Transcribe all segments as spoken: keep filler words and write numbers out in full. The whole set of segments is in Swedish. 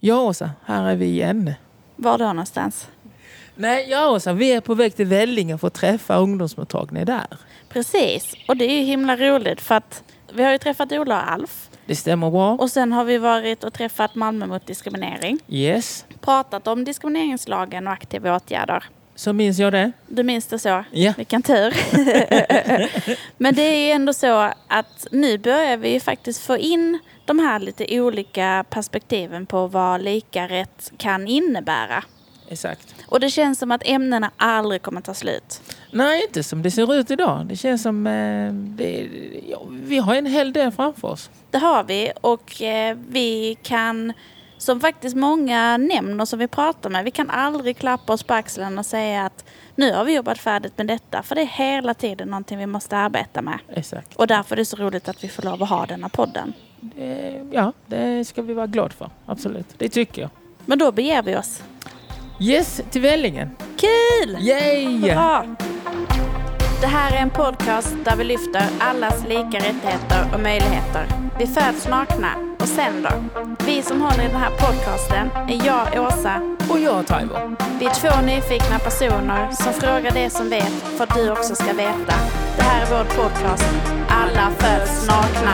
Ja, Åsa, här är vi igen. Var då någonstans? Nej, ja, Åsa, vi är på väg till Vellinge för att träffa ungdomsmottagningen där. Precis, och det är ju himla roligt för att vi har ju träffat Ola och Alf. Det stämmer bra. Och sen har vi varit och träffat Malmö mot diskriminering. Yes. Pratat om diskrimineringslagen och aktiva åtgärder. Så minns jag det. Du minns det så? Ja. Vilken tur. Men det är ju ändå så att nu börjar vi ju faktiskt få in de här lite olika perspektiven på vad lika rätt kan innebära. Exakt. Och det känns som att ämnena aldrig kommer ta slut. Nej, inte som det ser ut idag. Det känns som eh, det, ja, vi har en hel del framför oss. Det har vi, och eh, vi kan, som faktiskt många nämner som vi pratar med, vi kan aldrig klappa oss på axeln och säga att nu har vi jobbat färdigt med detta. För det är hela tiden någonting vi måste arbeta med. Exakt. Och därför är det så roligt att vi får lov att ha denna podden. Det, ja, det ska vi vara glada för. Absolut, det tycker jag. Men då beger vi oss. Yes, till Vellingen. Kul! Yay! Bra! Det här är en podcast där vi lyfter allas lika rättigheter och möjligheter. Vi föds nakna, och sen då? Vi som håller i den här podcasten är jag, Åsa. Och jag, Taivor. Vi är två nyfikna personer som frågar det som vet för att du också ska veta. Det här är vår podcast. Alla föds nakna.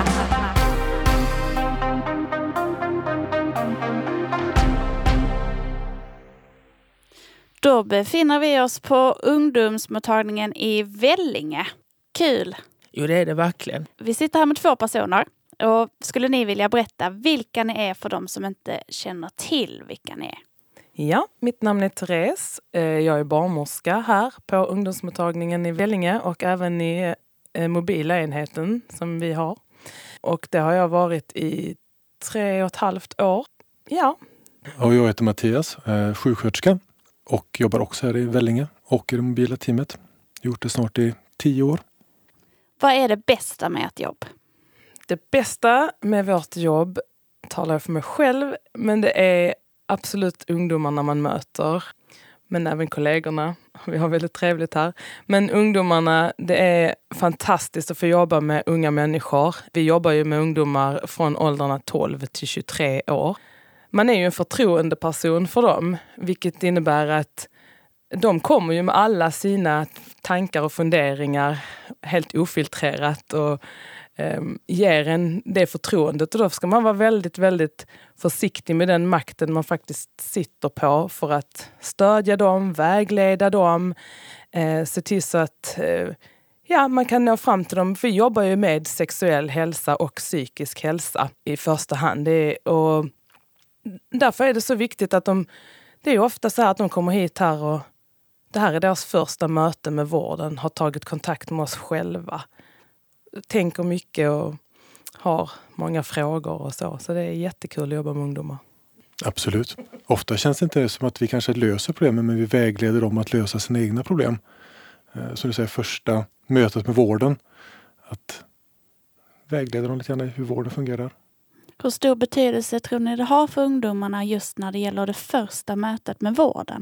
Då befinner vi oss på ungdomsmottagningen i Vellinge. Kul! Jo, det är det verkligen. Vi sitter här med två personer. Och skulle ni vilja berätta vilka ni är för de som inte känner till vilka ni är? Ja, mitt namn är Therese. Jag är barnmorska här på ungdomsmottagningen i Vellinge och även i mobila enheten som vi har. Och det har jag varit i tre och ett halvt år. Ja. Och jag heter Mattias, sjuksköterska. Och jobbar också här i Vellinge och i det mobila teamet. Gjort det snart i tio år. Vad är det bästa med ett jobb? Det bästa med vårt jobb talar jag för mig själv. Men det är absolut ungdomarna man möter. Men även kollegorna. Vi har väldigt trevligt här. Men ungdomarna, det är fantastiskt att få jobba med unga människor. Vi jobbar ju med ungdomar från åldrarna tolv till tjugotre år. Man är ju en förtroende person för dem, vilket innebär att de kommer ju med alla sina tankar och funderingar helt ofiltrerat och eh, ger en det förtroendet. Och då ska man vara väldigt, väldigt försiktig med den makten man faktiskt sitter på för att stödja dem, vägleda dem, eh, se till så att eh, ja, man kan nå fram till dem. Vi jobbar ju med sexuell hälsa och psykisk hälsa i första hand. Det är, och därför är det så viktigt att de, det är ju ofta så här att de kommer hit här och det här är deras första möte med vården, har tagit kontakt med oss själva, tänker mycket och har många frågor och så. Så det är jättekul att jobba med ungdomar. Absolut. Ofta känns det inte som att vi kanske löser problemen, men vi vägleder dem att lösa sina egna problem. Så du säger första mötet med vården, att vägleda dem lite grann i hur vården fungerar. Hur stor betydelse tror ni det har för ungdomarna just när det gäller det första mötet med vården?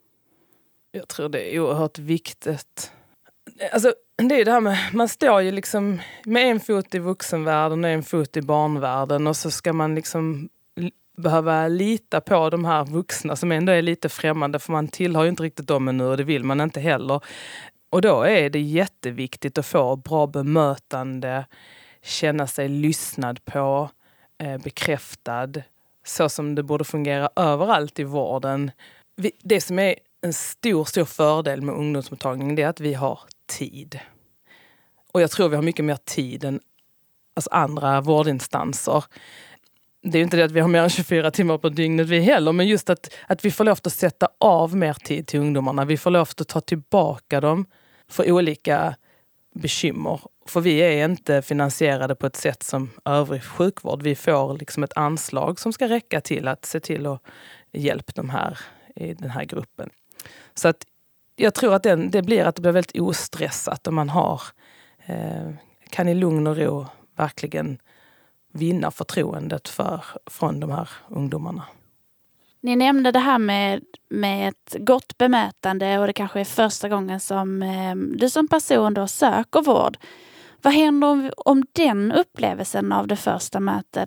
Jag tror det är oerhört viktigt. Alltså, det är det här med, man står ju liksom med en fot i vuxenvärlden och en fot i barnvärlden, och så ska man liksom behöva lita på de här vuxna som ändå är lite främmande, för man tillhör ju inte riktigt dem ännu och det vill man inte heller. Och då är det jätteviktigt att få bra bemötande, känna sig lyssnad på, bekräftad, så som det borde fungera överallt i vården. Det som är en stor, stor fördel med ungdomsmottagningen, det är att vi har tid. Och jag tror vi har mycket mer tid än alltså andra vårdinstanser. Det är ju inte det att vi har mer än tjugofyra timmar på dygnet vi heller, men just att, att vi får lov att sätta av mer tid till ungdomarna. Vi får lov att ta tillbaka dem för olika bekymmer. För vi är inte finansierade på ett sätt som övrig sjukvård. Vi får liksom ett anslag som ska räcka till att se till att hjälpa de här i den här gruppen. Så att jag tror att den, det blir att det blir väldigt ostressat om man har eh, kan i lugn och ro verkligen vinna förtroendet för, från de här ungdomarna. Ni nämnde det här med, med ett gott bemötande, och det kanske är första gången som eh, du som person då söker vård. Vad händer om, om den upplevelsen av det första mötet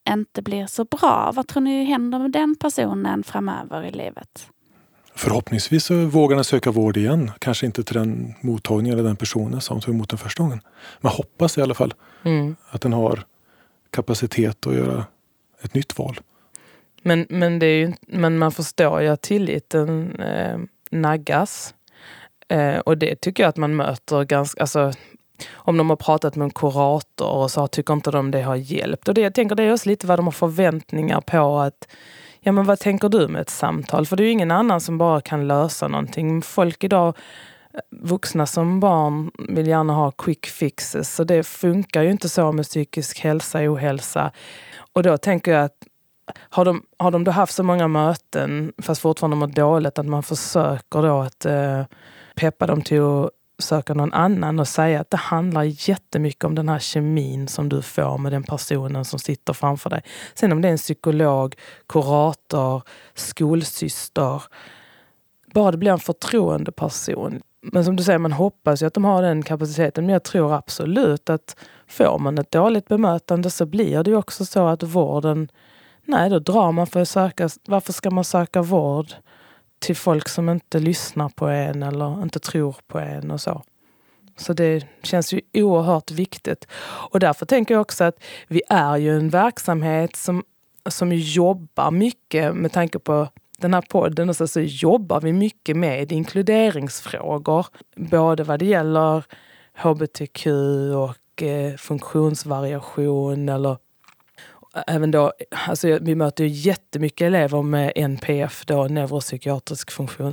inte blir så bra. Vad tror ni händer med den personen framöver i livet? Förhoppningsvis så vågar den söka vård igen. Kanske inte till den mottagningen eller den personen som tog emot den första gången. Man hoppas i alla fall mm. att den har kapacitet att göra ett nytt val. Men, men, det är ju, men man förstår ju att tilliten eh, naggas. Eh, och det tycker jag att man möter ganska... Alltså, om de har pratat med en kurator och så tycker inte de det har hjälpt. Och det, jag tänker det är också lite vad de har förväntningar på att... Ja, men vad tänker du med ett samtal? För det är ju ingen annan som bara kan lösa någonting. Folk idag, vuxna som barn, vill gärna ha quick fixes. Så det funkar ju inte så med psykisk hälsa och ohälsa. Och då tänker jag att har de, har de då haft så många möten, fast fortfarande mår dåligt, att man försöker då att eh, peppa dem till att söka någon annan och säga att det handlar jättemycket om den här kemin som du får med den personen som sitter framför dig. Sen om det är en psykolog, kurator, skolsyster, bara det blir en förtroende person. Men som du säger, man hoppas ju att de har den kapaciteten, men jag tror absolut att får man ett dåligt bemötande så blir det ju också så att vården, nej då drar man för att söka, varför ska man söka vård till folk som inte lyssnar på en eller inte tror på en och så. Så det känns ju oerhört viktigt. Och därför tänker jag också att vi är ju en verksamhet som, som jobbar mycket med tanke på den här podden. Och så, så jobbar vi mycket med inkluderingsfrågor. Både vad det gäller H B T Q och eh, funktionsvariation eller även då, alltså vi möter ju jättemycket elever med N P F, då neuropsykiatrisk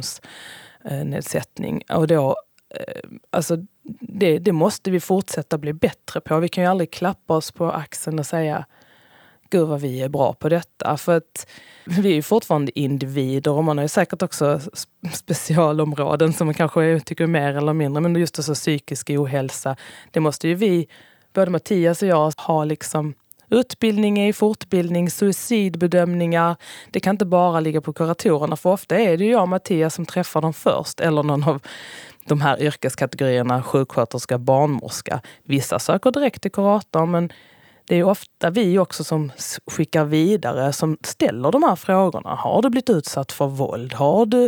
funktionsnedsättning. Och då, alltså det, det måste vi fortsätta bli bättre på. Vi kan ju aldrig klappa oss på axeln och säga gud vad vi är bra på detta. För att vi är ju fortfarande individer och man har ju säkert också specialområden som man kanske tycker mer eller mindre. Men just alltså psykisk ohälsa, det måste ju vi, både Mattias och jag, ha liksom utbildning i fortbildning, suicidbedömningar. Det kan inte bara ligga på kuratorerna, för ofta är det ju jag och Mattias som träffar dem först. Eller någon av de här yrkeskategorierna, sjuksköterska, barnmorska. Vissa söker direkt till kuratorn, men det är ofta vi också som skickar vidare, som ställer de här frågorna. Har du blivit utsatt för våld? Har du,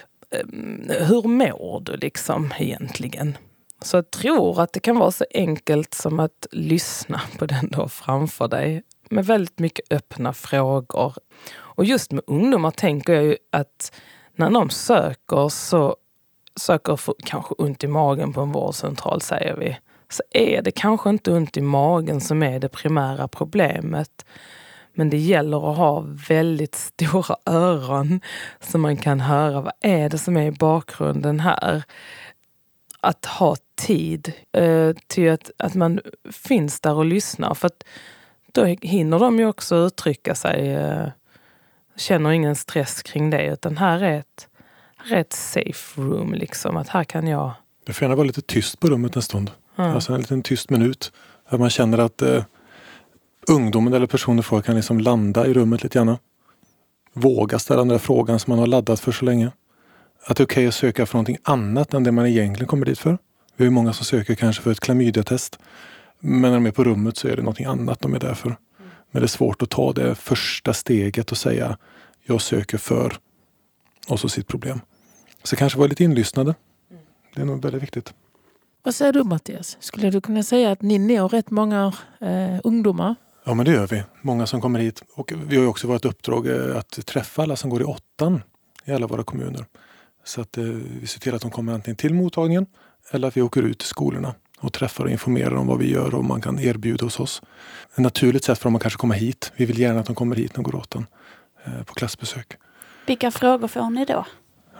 hur mår du liksom egentligen? Så jag tror att det kan vara så enkelt som att lyssna på den då framför dig med väldigt mycket öppna frågor. Och just med ungdomar tänker jag ju att när de söker så söker för kanske ont i magen på en vårdcentral, säger vi. Så är det kanske inte ont i magen som är det primära problemet. Men det gäller att ha väldigt stora öron så man kan höra vad är det som är i bakgrunden här. Att ha tid eh, till att, att man finns där och lyssnar. För att då hinner de ju också uttrycka sig. Eh, känner ingen stress kring det. Utan här är ett, här är ett safe room. Liksom, att här kan jag... Det får gärna vara lite tyst på rummet en stund. Mm. Alltså en liten tyst minut. Där man känner att eh, ungdomen eller personer får kan liksom landa i rummet lite grann. Våga ställa den där frågan som man har laddat för så länge. Att det är okej att söka för någonting annat än det man egentligen kommer dit för. Vi har många som söker kanske för ett klamydiatest. Men när de är på rummet så är det någonting annat de är där för. Men det är svårt att ta det första steget och säga jag söker för och så sitt problem. Så kanske vara lite inlyssnade. Det är nog väldigt viktigt. Vad säger du, Mattias? Skulle du kunna säga att ni når rätt många eh, ungdomar? Ja, men det gör vi. Många som kommer hit. Och vi har ju också vårt uppdrag eh, att träffa alla som går i åttan i alla våra kommuner. Så att eh, vi ser till att de kommer antingen till mottagningen eller att vi åker ut till skolorna och träffar och informerar om vad vi gör och man kan erbjuda hos oss. Ett naturligt sätt för dem att kanske komma hit. Vi vill gärna att de kommer hit när de går åttan eh, på klassbesök. Vilka frågor får ni då?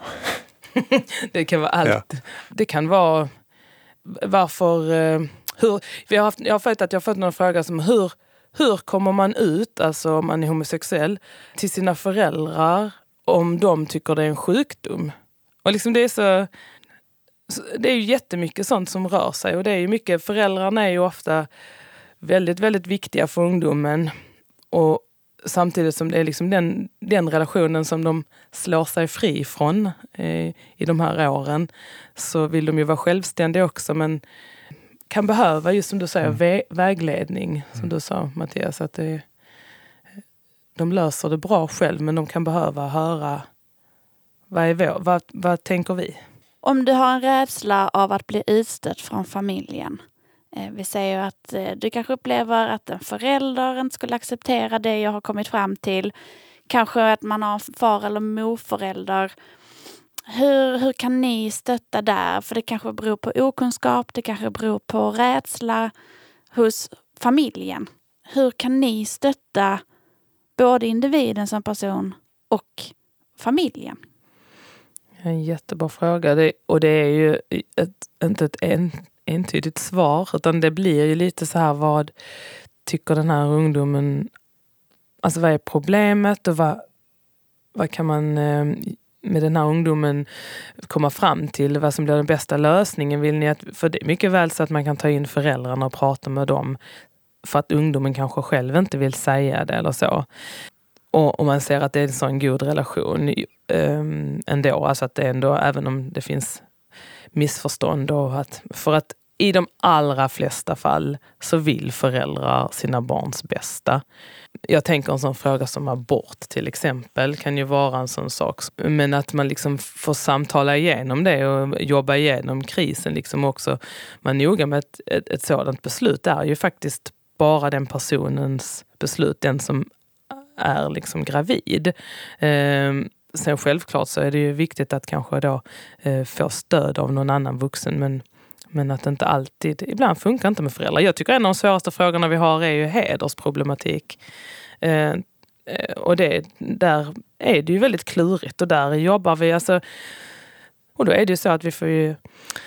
Det kan vara allt. Ja. Det kan vara varför... Eh, hur, vi har haft, jag har fått att jag har fått några frågor som hur, hur kommer man ut, alltså om man är homosexuell, till sina föräldrar om de tycker det är en sjukdom. Och liksom det är så... Det är ju jättemycket sånt som rör sig och det är ju mycket, föräldrarna är ju ofta väldigt, väldigt viktiga för ungdomen och samtidigt som det är liksom den, den relationen som de slår sig fri från eh, i de här åren så vill de ju vara självständiga också men kan behöva just som du säger mm. vä- vägledning som mm. du sa Mattias att det, de löser det bra själv, men de kan behöva höra vad, är vår, vad, vad tänker vi? Om du har en rädsla av att bli utstött från familjen. Eh, vi säger att eh, du kanske upplever att en förälder inte skulle acceptera det jag har kommit fram till. Kanske att man har en far- eller morförälder. Hur, hur kan ni stötta där? För det kanske beror på okunskap, det kanske beror på rädsla hos familjen. Hur kan ni stötta både individen som person och familjen? En jättebra fråga. Det, och det är ju ett, inte ett en, entydigt svar, utan det blir ju lite så här, vad tycker den här ungdomen, alltså vad är problemet och vad, vad kan man eh, med den här ungdomen komma fram till, vad som blir den bästa lösningen? Vill ni att, för det är mycket väl så att man kan ta in föräldrarna och prata med dem för att ungdomen kanske själv inte vill säga det eller så. Och om man ser att det är en sån god relation um, ändå, alltså att det ändå, även om det finns missförstånd och att, för att i de allra flesta fall så vill föräldrar sina barns bästa. Jag tänker en sån fråga som abort till exempel kan ju vara en sån sak. Men att man liksom får samtala igenom det och jobba igenom krisen liksom också. Man är noga med ett, ett, ett sådant beslut är ju faktiskt bara den personens beslut, den som är liksom gravid. Eh, sen självklart så är det ju viktigt att kanske då eh, få stöd av någon annan vuxen, men Men att det inte alltid, ibland funkar inte med föräldrar. Jag tycker en av de svåraste frågorna vi har är ju hedersproblematik. Eh, och det, där är det ju väldigt klurigt och där jobbar vi. Alltså, och då är det ju så att vi får ju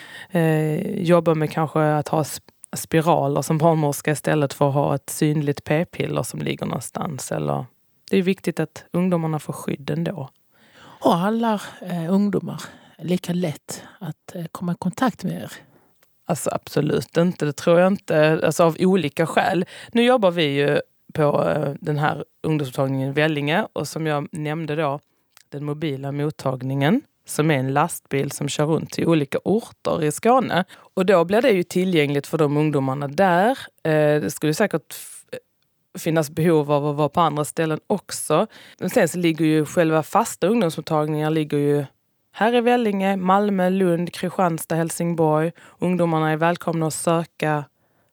eh, jobba med kanske att ha spiraler som barnmorska istället för att ha ett synligt p-piller som ligger någonstans. Eller, det är viktigt att ungdomarna får skydd ändå. Har alla eh, ungdomar lika lätt att eh, komma i kontakt med er? Alltså absolut inte, det tror jag inte. Alltså av olika skäl. Nu jobbar vi ju på uh, den här ungdomsmottagningen i Vellinge. Och som jag nämnde då, den mobila mottagningen. Som är en lastbil som kör runt till olika orter i Skåne. Och då blir det ju tillgängligt för de ungdomarna där. Uh, det skulle säkert f- finnas behov av att vara på andra ställen också. Men sen så ligger ju själva fasta ungdomsmottagningar ligger ju här i Vellinge, Malmö, Lund, Kristianstad, Helsingborg. Ungdomarna är välkomna att söka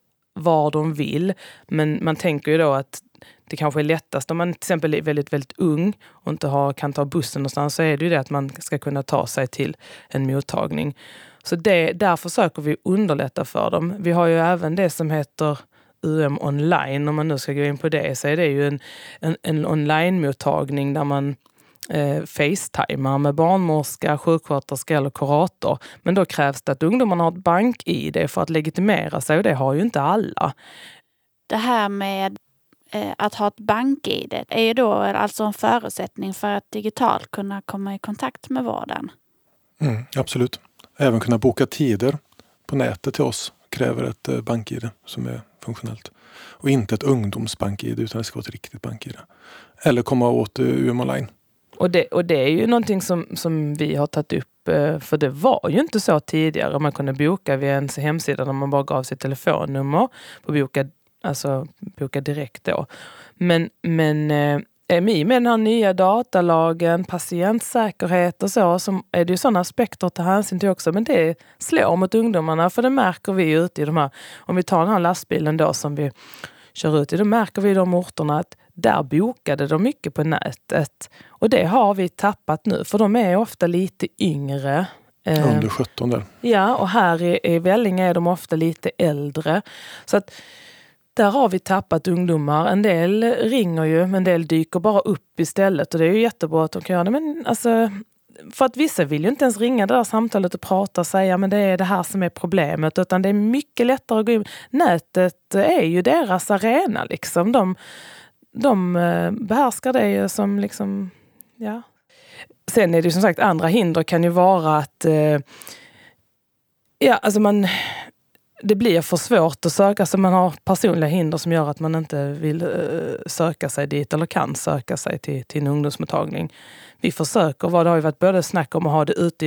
var de vill. Men man tänker ju då att det kanske är lättast om man till exempel är väldigt, väldigt ung och inte har, kan ta bussen någonstans, så är det ju det att man ska kunna ta sig till en mottagning. Så det, där försöker vi underlätta för dem. Vi har ju även det som heter U M online. Om man nu ska gå in på det så är det ju en, en, en online-mottagning där man Eh, FaceTimer med barnmorska, sjuksköterska eller kurator. Men då krävs det att ungdomarna har ett bank-I D för att legitimera sig och det har ju inte alla. Det här med eh, att ha ett bank-I D är ju då alltså en förutsättning för att digitalt kunna komma i kontakt med vården. Mm, absolut. Även kunna boka tider på nätet till oss kräver ett eh, bank-I D som är funktionellt. Och inte ett ungdomsbank-I D utan det ska vara ett riktigt bank-I D. Eller komma åt eh, U M online. Och det, och det är ju någonting som, som vi har tagit upp, för det var ju inte så tidigare. Man kunde boka via en hemsida när man bara gav sitt telefonnummer och boka, alltså, boka direkt då. Men, men eh, med den här nya datalagen, patientsäkerhet och så, så är det ju sådana aspekter att ta hänsyn till också. Men det slår mot ungdomarna, för det märker vi ute i de här, om vi tar den här lastbilen då som vi kör ut i, då märker vi i de orterna att där bokade de mycket på nätet. Och det har vi tappat nu. För de är ofta lite yngre. Under sjutton där. Ja, och här i, i Vellinge är de ofta lite äldre. Så att där har vi tappat ungdomar. En del ringer ju, men en del dyker bara upp istället. Och det är ju jättebra att de kan göra det. Men alltså, för att vissa vill ju inte ens ringa det där samtalet och prata och säga men det är det här som är problemet. Utan det är mycket lättare att gå in. Nätet är ju deras arena liksom. De... De behärskar det som liksom, ja. Sen är det ju som sagt, andra hinder kan ju vara att eh, ja, alltså man, det blir för svårt att söka, så man har personliga hinder som gör att man inte vill eh, söka sig dit eller kan söka sig till, till en ungdomsmottagning. Vi försöker, vad det har ju varit både snack om att ha det ute i det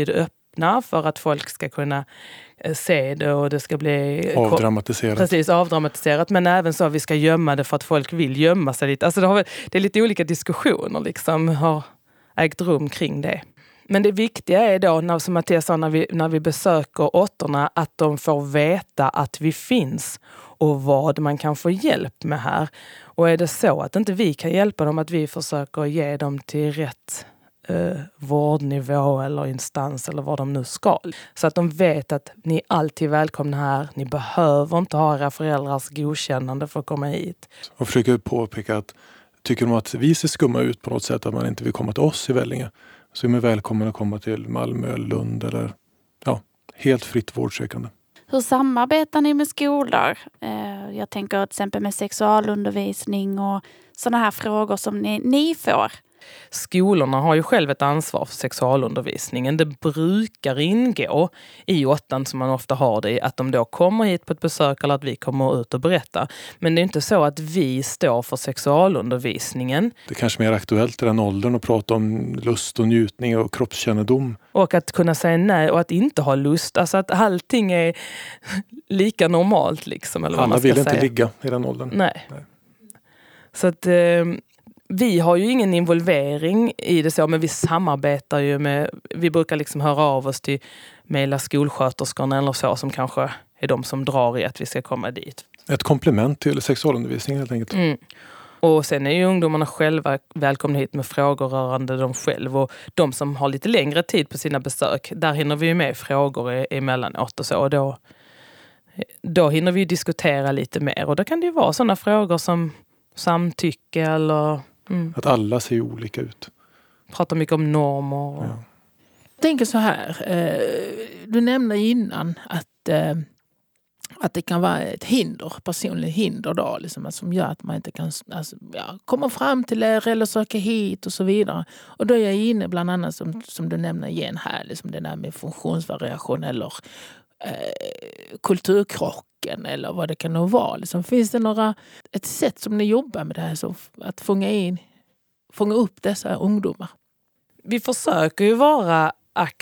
öppna för att folk ska kunna se det och det ska bli avdramatiserat. Precis, avdramatiserat. Men även så att vi ska gömma det för att folk vill gömma sig lite. Alltså det, har, det är lite olika diskussioner liksom har ägt rum kring det. Men det viktiga är då, när, som Mattias sa, när vi, när vi besöker åttorna, att de får veta att vi finns och vad man kan få hjälp med här. Och är det så att inte vi kan hjälpa dem, att vi försöker ge dem till rätt eh, vårdnivå eller instans eller vad de nu ska. Så att de vet att ni är alltid välkomna här. Ni behöver inte ha era föräldrars godkännande för att komma hit. Och försöker påpeka att tycker de att vi ser skumma ut på något sätt, att man inte vill komma till oss i Vellinge, så är man välkommen att komma till Malmö, Lund eller ja, helt fritt vårdsökande. Hur samarbetar ni med skolor? Eh, jag tänker till exempel med sexualundervisning och sådana här frågor som ni, ni får. Skolorna har ju själv ett ansvar för sexualundervisningen. Det brukar ingå i åttan som man ofta har det, att de då kommer hit på ett besök eller att vi kommer ut och berättar. Men det är inte så att vi står för sexualundervisningen. Det är kanske mer aktuellt i den åldern att prata om lust och njutning och kroppskännedom. Och att kunna säga nej och att inte ha lust. Alltså att allting är lika normalt liksom. Eller vad Alla man ska vill inte säga. ligga i den åldern. Nej. Nej. Så att... Eh, Vi har ju ingen involvering i det så, men vi samarbetar ju med, vi brukar liksom höra av oss till mejla skolsköterskorna eller så, som kanske är de som drar i att vi ska komma dit. Ett komplement till sexualundervisning helt enkelt. Mm. Och sen är ju ungdomarna själva välkomna hit med frågor rörande dem själv, och de som har lite längre tid på sina besök, där hinner vi ju med frågor emellanåt och så, och då, då hinner vi diskutera lite mer, och då kan det ju vara sådana frågor som samtycke eller... Mm. Att alla ser olika ut. Pratar mycket om normer. Och... Ja. Jag tänker så här. Du nämnde innan att, att det kan vara ett hinder, personligt hinder då, liksom, som gör att man inte kan alltså, ja, komma fram till er eller söka hit och så vidare. Och då är jag inne bland annat som, som du nämner igen här, liksom det där med funktionsvariation eller eh, kulturkrocken eller vad det kan nog vara. Liksom, finns det några, ett sätt som ni jobbar med det här, så att fånga in, fånga upp dessa ungdomar? Vi försöker ju vara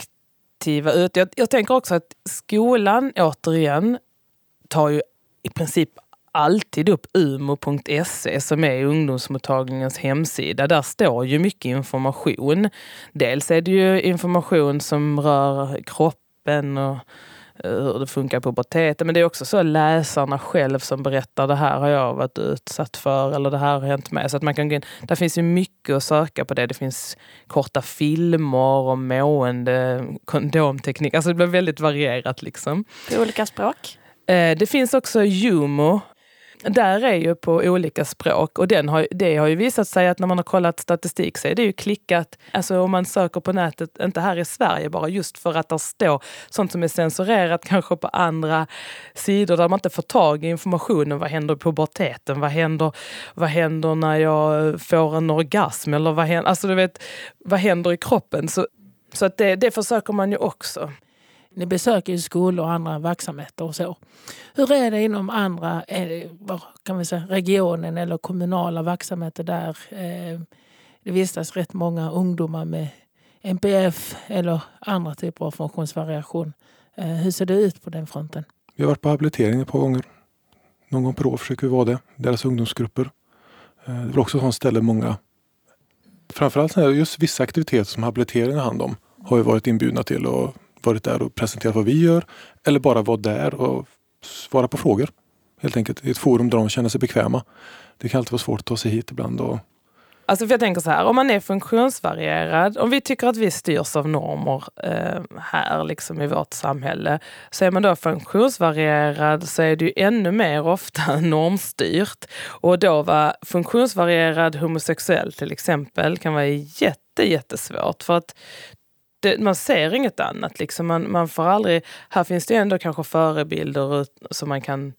aktiva ut. Jag, jag tänker också att skolan återigen tar ju i princip alltid upp umo punkt se som är ungdomsmottagningens hemsida. Där står ju mycket information. Dels är det ju information som rör kroppen och hur det funkar på puberteten, men det är också så läsarna själv som berättar, det här har jag varit utsatt för eller det här har hänt med. Så att man kan gå in, där finns ju mycket att söka på det. Det finns korta filmer och mående, kondomteknik. Alltså det blir väldigt varierat liksom. På olika språk? Eh, det finns också Jumo. Där är ju på olika språk, och den har, det har ju visat sig att när man har kollat statistik så är det ju klickat, alltså om man söker på nätet, inte här i Sverige bara, just för att det står sånt som är censurerat kanske på andra sidor där man inte får tag i informationen. Vad händer på puberteten? Vad händer, vad händer när jag får en orgasm? Eller vad händer, alltså du vet, vad händer i kroppen? Så, så att det, det försöker man ju också. Ni besöker ju skolor och andra verksamheter och så. Hur är det inom andra vad kan vi säga, regionen eller kommunala verksamheter där eh, det vistas rätt många ungdomar med N P F eller andra typer av funktionsvariation? Eh, hur ser det ut på den fronten? Vi har varit på habilitering ett par gånger. Någon gång per år försöker vi vara det. Deras ungdomsgrupper. Eh, det är också ett sånt ställe många, framförallt just vissa aktiviteter som habilitering har hand om, har vi varit inbjudna till och varit där och presenterat vad vi gör, eller bara vara där och svara på frågor. Helt enkelt i ett forum där de känner sig bekväma. Det kan alltid vara svårt att ta sig hit ibland. Och... Alltså för jag tänker så här, om man är funktionsvarierad, om vi tycker att vi styrs av normer eh, här liksom i vårt samhälle, så är man då funktionsvarierad så är det ju ännu mer ofta normstyrt. Och då var funktionsvarierad homosexuell till exempel kan vara jätte, jättesvårt, för att Det, man ser inget annat. Liksom. Man, man får aldrig, här finns det ändå kanske förebilder som man kan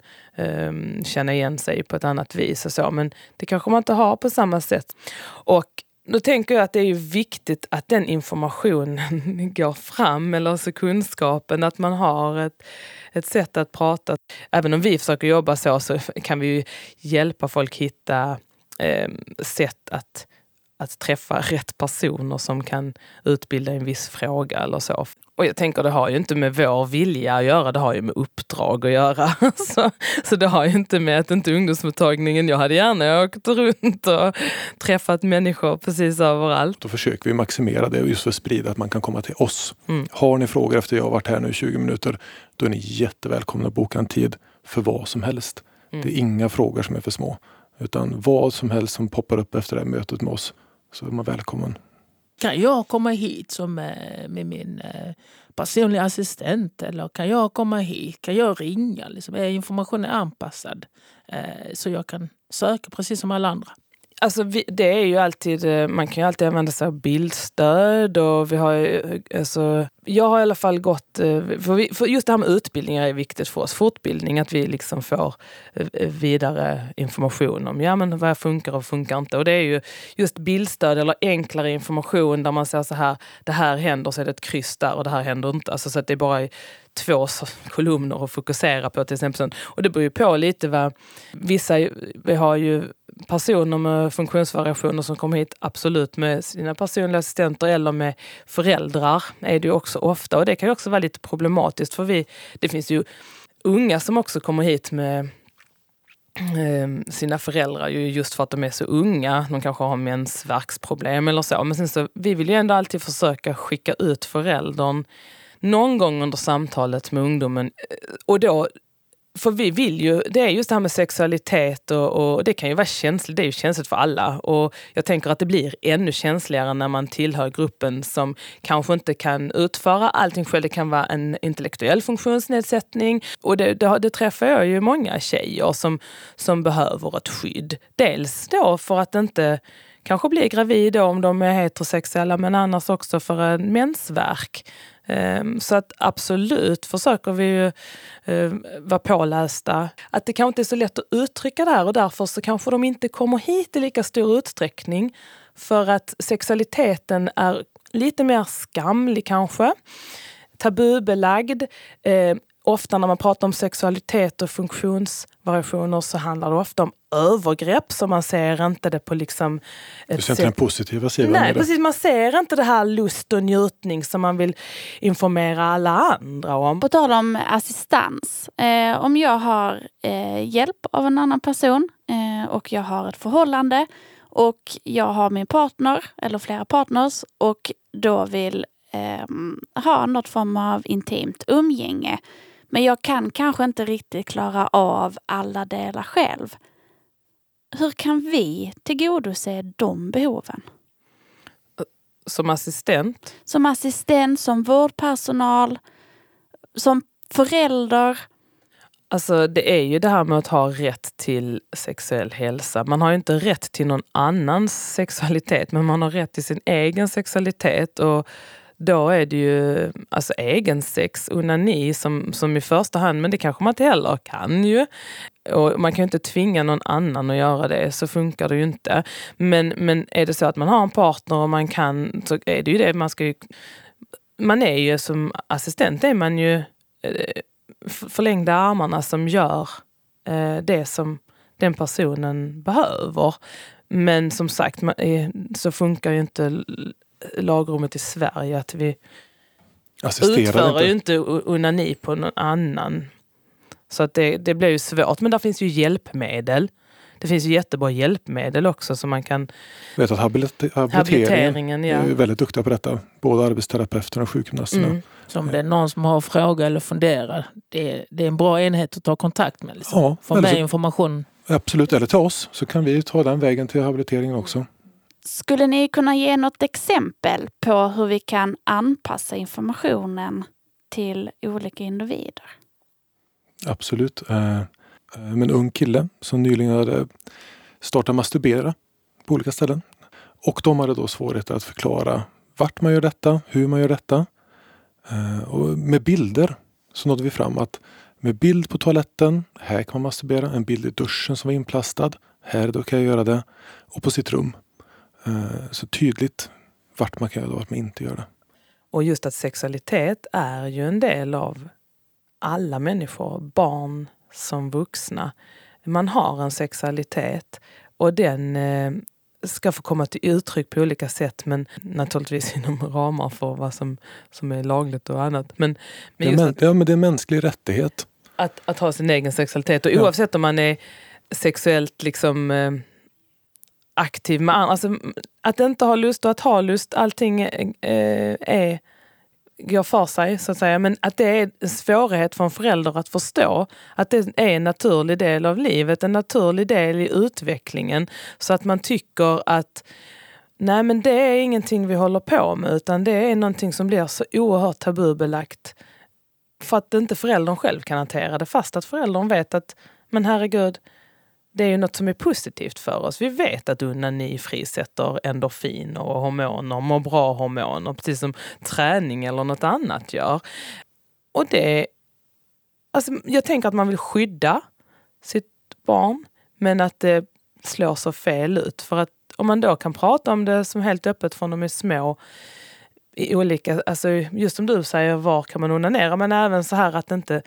um, känna igen sig på ett annat vis. Och så, men det kanske man inte har på samma sätt. Och då tänker jag att det är ju viktigt att den informationen går fram, eller alltså kunskapen, att man har ett, ett sätt att prata. Även om vi försöker jobba så, så kan vi ju hjälpa folk hitta um, sätt att att träffa rätt personer som kan utbilda en viss fråga eller så. Och jag tänker det har ju inte med vår vilja att göra, det har ju med uppdrag att göra. så, så det har ju inte med att inte ungdomsmottagningen, jag hade gärna åkt runt och träffat människor precis överallt. Då försöker vi maximera det just för att sprida att man kan komma till oss. Mm. Har ni frågor efter jag har varit här nu i tjugo minuter, då är ni jättevälkomna att boka en tid för vad som helst. Mm. Det är inga frågor som är för små, utan vad som helst som poppar upp efter det här mötet med oss, så är man välkommen. Kan jag komma hit som med min personliga assistent, eller kan jag komma hit? Kan jag ringa? Liksom, är informationen anpassad så jag kan söka precis som alla andra? Alltså vi, det är ju alltid, man kan ju alltid använda sig av bildstöd och vi har ju, alltså, jag har i alla fall gått, för, vi, för just det här med utbildningar är viktigt för oss, fortbildning, att vi liksom får vidare information om ja, men vad funkar och funkar inte, och det är ju just bildstöd eller enklare information där man säger så här, det här händer så är det ett kryss där och det här händer inte, alltså så att det är bara två kolumner att fokusera på till exempel, och det beror ju på lite vad vissa, vi har ju personer med funktionsvariationer som kommer hit absolut med sina personliga assistenter eller med föräldrar är det ju också ofta, och det kan ju också vara lite problematiskt för vi, det finns ju unga som också kommer hit med eh, sina föräldrar ju just för att de är så unga, de kanske har mensvärksproblem eller så, men sen så vi vill ju ändå alltid försöka skicka ut föräldern någon gång under samtalet med ungdomen, och då för vi vill ju, det är just det här med sexualitet och, och det kan ju vara känsligt, det är ju känsligt för alla, och jag tänker att det blir ännu känsligare när man tillhör gruppen som kanske inte kan utföra allting själv, det kan vara en intellektuell funktionsnedsättning, och det, det, det träffar jag ju många tjejer som, som behöver ett skydd, dels då för att inte kanske bli gravid då om de är heterosexuella, men annars också för en mensvärk. Så att absolut försöker vi ju uh, vara pålästa. Att det kanske inte är så lätt att uttrycka det här, och därför så kanske de inte kommer hit i lika stor utsträckning, för att sexualiteten är lite mer skamlig kanske, tabubelagd. Uh, ofta när man pratar om sexualitet och funktionsvariationer så handlar det ofta om övergrepp, så man ser inte det på liksom ett du ser inte den positiva sidan. Nej, precis, man ser inte det här lust och njutning som man vill informera alla andra om. På tal om assistans, eh, om jag har eh, hjälp av en annan person eh, och jag har ett förhållande och jag har min partner eller flera partners och då vill eh, ha något form av intimt umgänge, men jag kan kanske inte riktigt klara av alla delar själv. Hur kan vi tillgodose de behoven? Som assistent? Som assistent, som vårdpersonal, som förälder. Alltså det är ju det här med att ha rätt till sexuell hälsa. Man har ju inte rätt till någon annans sexualitet, men man har rätt till sin egen sexualitet, och då är det ju alltså egen sex, onani som, som i första hand, men det kanske man inte heller kan ju. Och man kan ju inte tvinga någon annan att göra det, så funkar det ju inte. Men, men är det så att man har en partner och man kan, så är det ju det, man ska ju, man är ju som assistent, är man ju eh, förlängda armarna som gör eh, det som den personen behöver. Men som sagt, man, eh, så funkar ju inte lagrummet i Sverige, att vi assisterar utför inte. ju inte onani på någon annan. Så att det, det blir ju svårt. Men där finns ju hjälpmedel. Det finns ju jättebra hjälpmedel också som man kan... Jag vet att habilite- habiliteringen, habiliteringen ja. är väldigt duktiga på detta. Både arbetsterapeuterna och sjukgymnasterna. Mm. Så om det är någon som har fråga eller funderar, det, det är en bra enhet att ta kontakt med. Liksom. Ja, få med så, information. Absolut, eller till oss. Så kan vi ta den vägen till habiliteringen också. Skulle ni kunna ge något exempel på hur vi kan anpassa informationen till olika individer? Absolut. Med en ung kille som nyligen hade startat masturbera på olika ställen. Och de hade då svårigheter att förklara vart man gör detta, hur man gör detta. Och med bilder så nådde vi fram att med bild på toaletten, här kan man masturbera. En bild i duschen som var inplastad, här då kan jag göra det. Och på sitt rum. Så tydligt vart man kan göra det och vart man inte gör det. Och just att sexualitet är ju en del av alla människor, barn som vuxna. Man har en sexualitet och den, ska få komma till uttryck på olika sätt, men naturligtvis inom ramar för vad som, som är lagligt och annat. Men, men just det, är, att, ja, men det är en mänsklig rättighet. Att, att ha sin egen sexualitet. Och ja. Oavsett om man är sexuellt liksom eh, aktiv med andra. Alltså, att inte ha lust och att ha lust, allting eh, är går för sig så att säga. Men att det är en svårighet för en förälder att förstå att det är en naturlig del av livet, en naturlig del i utvecklingen. Så att man tycker att nej, men det är ingenting vi håller på med, utan det är någonting som blir så oerhört tabubelagt för att inte föräldern själv kan hantera det, fast att föräldern vet att men herregud, det är ju något som är positivt för oss. Vi vet att onani frisätter endorfiner och hormoner, mår bra hormoner, precis som träning eller något annat gör. Och det, alltså jag tänker att man vill skydda sitt barn, men att det slår så fel ut. För att om man då kan prata om det som helt öppet från de är små, i olika, alltså just som du säger, var kan man onanera, men även så här att inte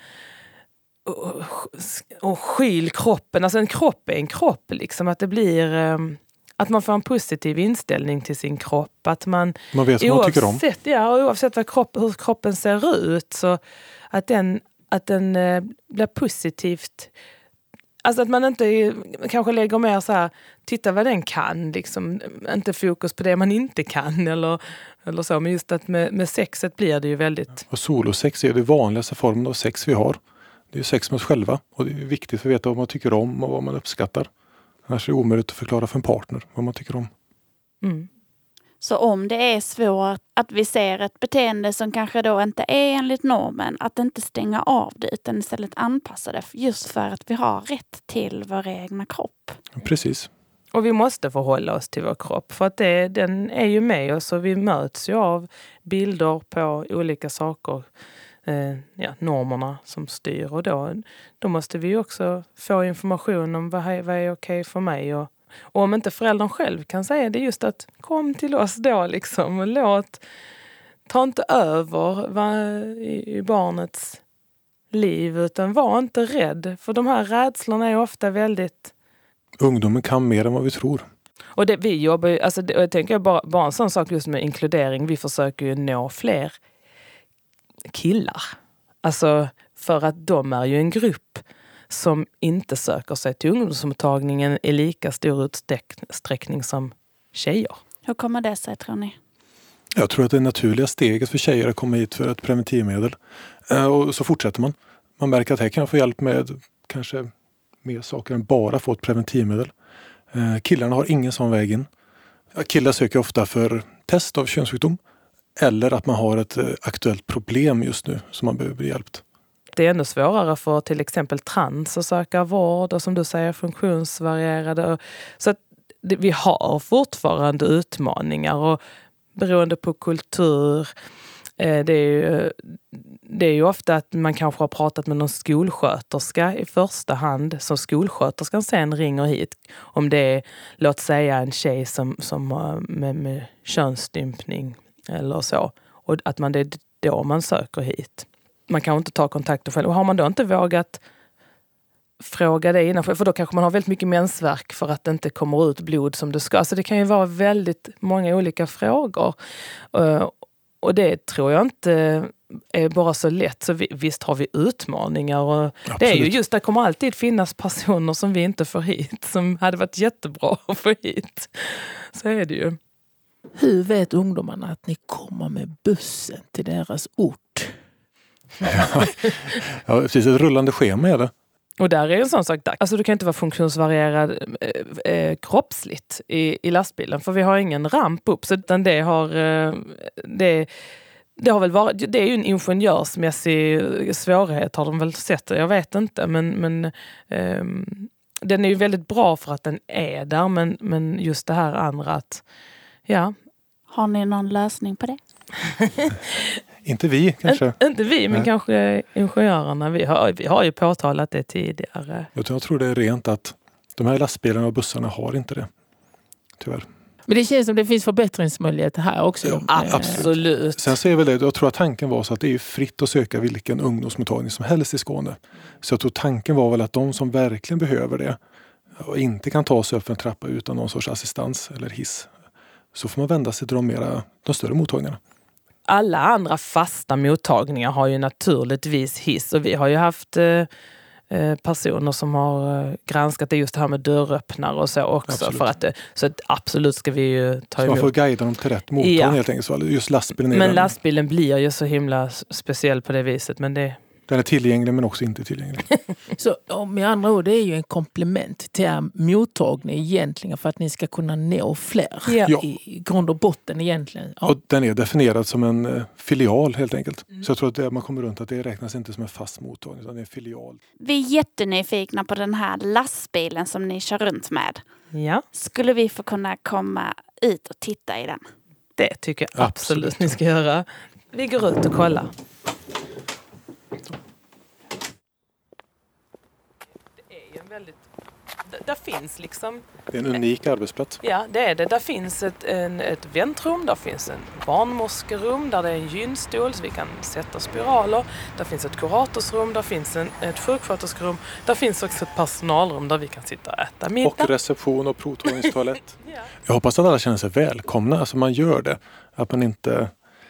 och, och skyl kroppen, alltså en kropp är en kropp liksom, att det blir um, att man får en positiv inställning till sin kropp, att man, man vet vad man tycker om. Ja, oavsett vad kropp, hur kroppen ser ut, så att den, att den uh, blir positivt. Alltså att man inte kanske lägger mer så här, titta vad den kan, liksom, inte fokus på det man inte kan eller, eller så, men just att med, med sexet blir det ju väldigt... Och solosex är det vanligaste formen av sex vi har. Det är ju sex med oss själva, och det är viktigt för att veta vad man tycker om och vad man uppskattar. Annars är det omöjligt att förklara för en partner vad man tycker om. Mm. Så om det är svårt att vi ser ett beteende som kanske då inte är enligt normen, att inte stänga av det utan istället anpassa det, just för att vi har rätt till vår egna kropp. Precis. Och vi måste förhålla oss till vår kropp, för att det, den är ju med oss och vi möts ju av bilder på olika saker, eh, ja, normerna som styr, och då, då måste vi ju också få information om vad är, vad är okej för mig. Och, och om inte föräldern själv kan säga det, just att kom till oss då liksom, och låt, ta inte över va, i, i barnets liv, utan var inte rädd, för de här rädslorna är ofta väldigt... Ungdomen kan mer än vad vi tror. Och det, vi jobbar ju, alltså det, jag tänker bara, bara en sån sak just med inkludering, vi försöker ju nå fler killar. Alltså för att de är ju en grupp som inte söker sig till ungdomsmottagningen i lika stor utsträckning som tjejer. Hur kommer det sig, tror ni? Jag tror att det naturliga steget för tjejer att komma hit för ett preventivmedel. Och så fortsätter man. Man märker att här kan jag få hjälp med kanske mer saker än bara få ett preventivmedel. Killarna har ingen sån väg in. Killar söker ofta för test av könssjukdom eller att man har ett aktuellt problem just nu som man behöver bli hjälpt. Det är ännu svårare för till exempel trans att söka vård och som du säger funktionsvarierade. Så att det, vi har fortfarande utmaningar, och beroende på kultur, eh, det, är ju, det är ju ofta att man kanske har pratat med någon skolsköterska i första hand, så skolsköterskan sen ringer hit om det är, låt säga en tjej som, som med, med könsstympning eller så, och att man det är då man söker hit. Man kan inte ta kontakt själv. Och har man då inte vågat fråga det innan, för då kanske man har väldigt mycket mensvärk för att det inte kommer ut blod som det ska. Så det kan ju vara väldigt många olika frågor. Och det tror jag inte är bara så lätt. Så vi, visst har vi utmaningar. Och det är ju just, det kommer alltid finnas personer som vi inte får hit, som hade varit jättebra att få hit. Så är det ju. Hur vet ungdomarna att ni kommer med bussen till deras ort? Ja, ja, precis. Ett rullande schema är det. Och där är en sån sak där. Alltså du kan inte vara funktionsvarierad eh, eh, kroppsligt i, i lastbilen, för vi har ingen ramp upp, så utan det har eh, det, det har väl varit, det är ju en ingenjörsmässig svårighet har de väl sett, jag vet inte, men, men eh, den är ju väldigt bra för att den är där, men, men just det här andra att ja. Har ni någon lösning på det? Inte vi kanske. Inte, inte vi, men Nej. kanske ingenjörerna. Vi har, vi har ju påtalat det tidigare. Jag tror det är rent att de här lastbilarna och bussarna har inte det. Tyvärr. Men det känns som det finns förbättringsmöjligheter här också. Ja, absolut. Sen så är väl det, jag tror att tanken var så att det är fritt att söka vilken ungdomsmottagning som helst i Skåne. Så jag tror tanken var väl att de som verkligen behöver det och inte kan ta sig upp för en trappa utan någon sorts assistans eller hiss, så får man vända sig till de, mera, de större mottagningarna. Alla andra fasta mottagningar har ju naturligtvis hiss, och vi har ju haft eh, personer som har eh, granskat det just här med dörröppnare och så också. För att, så att absolut ska vi ju ta så emot. man får guida dem till rätt mottagning, ja. Helt enkelt. Så just lastbilen är men den, lastbilen blir ju så himla speciell på det viset. Men det... Den är tillgänglig men också inte tillgänglig. Så med andra ord, det är ju en komplement till er mottagning egentligen för att ni ska kunna nå fler ja. i grund och botten egentligen. Ja. Och den är definierad som en uh, filial helt enkelt. Mm. Så jag tror att det, man kommer runt att det räknas inte som en fast mottagning utan det är en filial. Vi är jättenyfikna på den här lastbilen som ni kör runt med. Ja. Skulle vi få kunna komma ut och titta i den? Det tycker jag absolut, absolut ni ska göra. Vi går ut och kollar. Väldigt, där finns liksom... Det är en unik arbetsplats. Ja, det är det. Där finns ett, en, ett väntrum, där finns en barnmorskerum, där det är en gynstol så vi kan sätta spiraler. Där finns ett kuratorsrum, där finns en, ett sjuksköterskerum. Där finns också ett personalrum där vi kan sitta och äta middag. Och reception och provtagningstoalett. Ja. Jag hoppas att alla känner sig välkomna, alltså man gör det. Att man inte...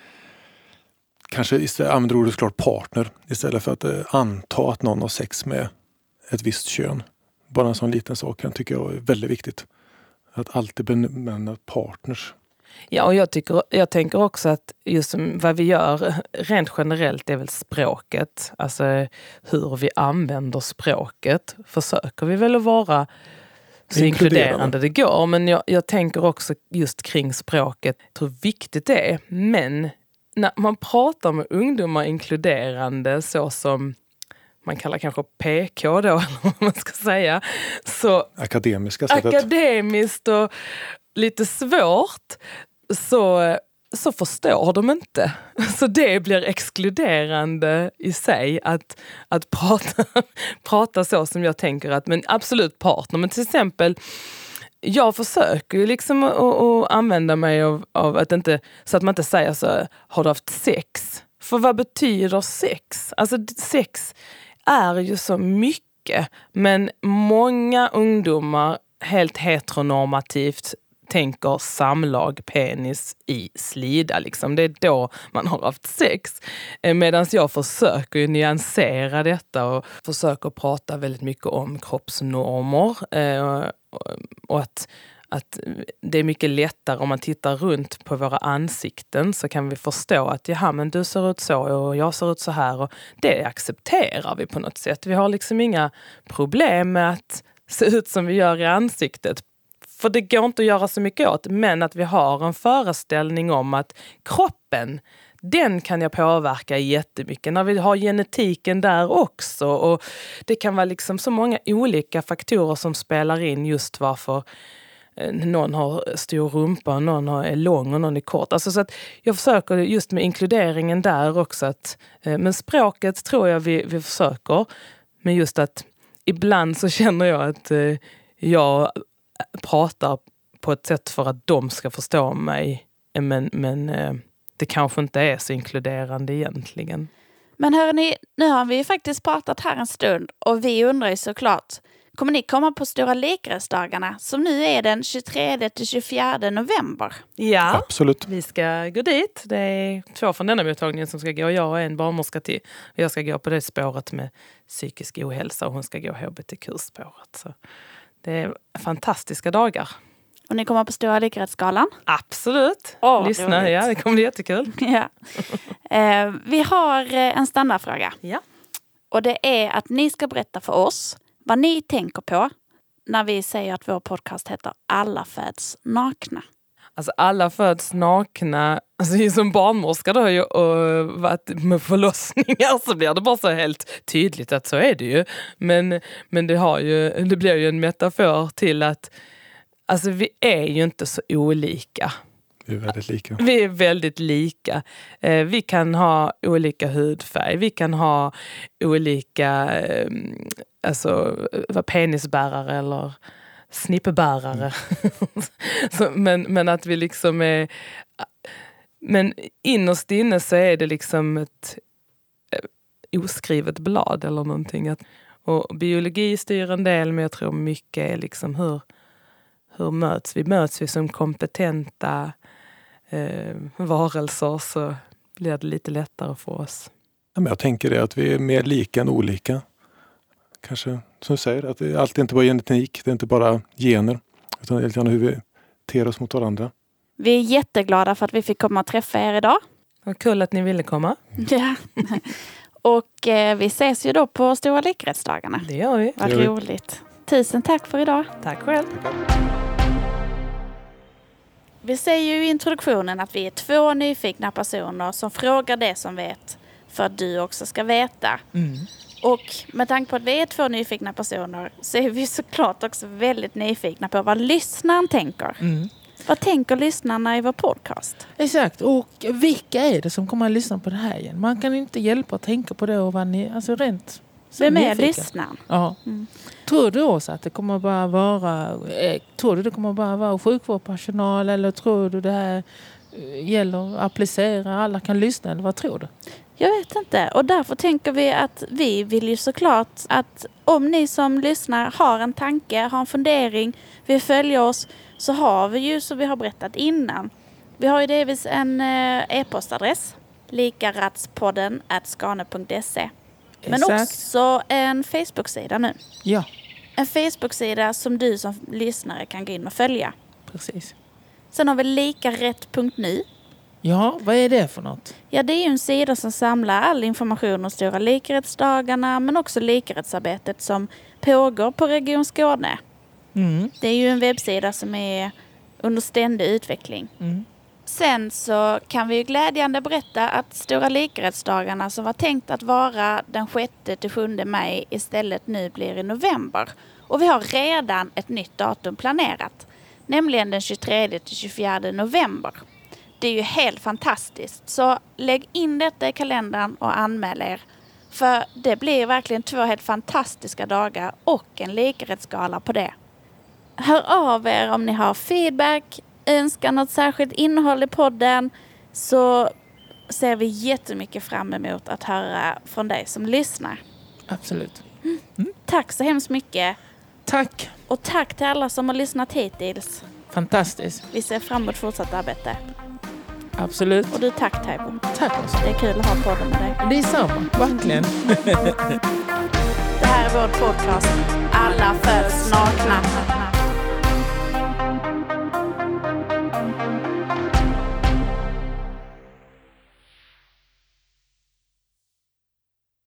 Kanske istället använder ordet klart partner istället för att eh, anta att någon har sex med ett visst kön. Bara en sån liten sak kan tycker jag är väldigt viktigt. Att alltid benämna partners. Ja, och jag, tycker, jag tänker också att just som vad vi gör rent generellt är väl språket. Alltså hur vi använder språket. Försöker vi väl att vara så inkluderande, inkluderande det går. Men jag, jag tänker också just kring språket hur viktigt det är. Men när man pratar med ungdomar inkluderande så som man kallar kanske P K då, eller vad man ska säga. Så akademiska sättet. Akademiskt och lite svårt så, så förstår de inte. Så det blir exkluderande i sig att, att prata, prata så som jag tänker att, men absolut partner. Men till exempel, jag försöker ju liksom att, att använda mig av, av att inte, så att man inte säger så, har du haft sex? För vad betyder sex? Alltså sex är ju så mycket, men många ungdomar helt heteronormativt tänker samlag, penis i slida. Liksom. Det är då man har haft sex. Medan jag försöker ju nyansera detta och försöker prata väldigt mycket om kroppsnormer. Och att, att det är mycket lättare om man tittar runt på våra ansikten så kan vi förstå att ja, men du ser ut så och jag ser ut så här. Och det accepterar vi på något sätt. Vi har liksom inga problem med att se ut som vi gör i ansiktet. För det går inte att göra så mycket åt, men att vi har en föreställning om att kroppen, den kan jag påverka jättemycket. När vi har genetiken där också. Och det kan vara liksom så många olika faktorer som spelar in just varför någon har stor rumpa och någon är lång och någon är kort. Alltså så att jag försöker just med inkluderingen där också. Att, men språket tror jag vi, vi försöker. Men just att ibland så känner jag att jag pratar på ett sätt för att de ska förstå mig. Men, men det kanske inte är så inkluderande egentligen. Men hörni, nu har vi ju faktiskt pratat här en stund och vi undrar ju såklart, kommer ni komma på Stora lekresdagarna som nu är den tjugotredje till tjugofjärde november? Ja, absolut. Vi ska gå dit. Det är två från denna mottagningen som ska gå. Jag och en barnmorska till. Jag ska gå på det spåret med psykisk ohälsa och hon ska gå H B T Q-spåret. Så det är fantastiska dagar. Och ni kommer på Stora lekresgalan? Absolut. Åh, lyssna, roligt. ja, det kommer bli jättekul. Ja. Eh, vi har en standardfråga. Ja. Och det är att ni ska berätta för oss vad ni tänker på när vi säger att vår podcast heter Alla föds nakna. Alltså alla föds nakna, alltså som barnmorska då ju, och varit med förlossningar så blir det bara så helt tydligt att så är det ju. Men, men det, har ju, det blir ju en metafor till att alltså vi är ju inte så olika. Vi är väldigt lika. Vi är väldigt lika. Eh, vi kan ha olika hudfärg. Vi kan ha olika eh, alltså vara penisbärare eller snippebärare. Mm. så, men, men att vi liksom är... Men innerst inne så är det liksom ett eh, oskrivet blad eller någonting. Att, Och biologi styr en del, men jag tror mycket är liksom hur, hur möts vi? Möts vi som kompetenta eh, varelser, så blir det lite lättare för oss. Ja, men jag tänker det att vi är mer lika än olika. Kanske som du säger, att det, allt är inte bara genetik, det är inte bara gener, utan det är hur vi ter oss mot varandra. Vi är jätteglada för att vi fick komma och träffa er idag. Vad kul att ni ville komma. Ja. Och eh, vi ses ju då på Stora likrättsdagarna. Det gör vi. Vad Det gör vi. roligt. Tusen tack för idag. Tack själv. Vi säger ju i introduktionen att vi är två nyfikna personer som frågar det som vet för att du också ska veta. Mm. Och med tanke på att vi är två nyfikna personer så är vi såklart också väldigt nyfikna på vad lyssnaren tänker. Mm. Vad tänker lyssnarna i vår podcast? Exakt, och vilka är det som kommer att lyssna på det här igen? Man kan inte hjälpa att tänka på det och vara ni, alltså rent. Vem är nyfiken. lyssnaren? Ja. Mm. Tror du också att det kommer bara vara eh, tror du det kommer bara vara sjukvårdspersonal, eller tror du det här eh, gäller att applicera, alla kan lyssna, eller vad tror du? Jag vet inte, och därför tänker vi att vi vill ju såklart att om ni som lyssnar har en tanke, har en fundering, vill följa oss, så har vi ju, som vi har berättat innan, vi har ju delvis en eh, e-postadress, likaratspodden at skane punkt se. Men Exakt. också en Facebook-sida nu. Ja, En Facebook-sida som du som lyssnare kan gå in och följa. precis. Sen har vi likarätt punkt nu. Ja, vad är det för något? Ja, det är ju en sida som samlar all information om Stora likrättsdagarna, men också likrättsarbetet som pågår på Region Skåne. Mm. Det är ju en webbsida som är under ständig utveckling. Mm. Sen så kan vi ju glädjande berätta att Stora likrättsdagarna som var tänkt att vara den sjätte till sjunde maj istället nu blir i november. Och vi har redan ett nytt datum planerat, nämligen den tjugotredje till tjugofjärde november. Det är ju helt fantastiskt, så lägg in detta i kalendern och anmäl er. För det blir verkligen två helt fantastiska dagar och en likrättsgala på det. Hör av er om ni har feedback, önskar något särskilt innehåll i podden, så ser vi jättemycket fram emot att höra från dig som lyssnar. Absolut. Tack så hemskt mycket, Tack. och tack till alla som har lyssnat hittills. Fantastiskt. Vi ser fram emot fortsatt arbete. Absolut. Och du, tack Taibo. Tack också. Det är kul att ha podden med dig. Det är samma, verkligen. Det här är vår podcast. Alla föds nakna.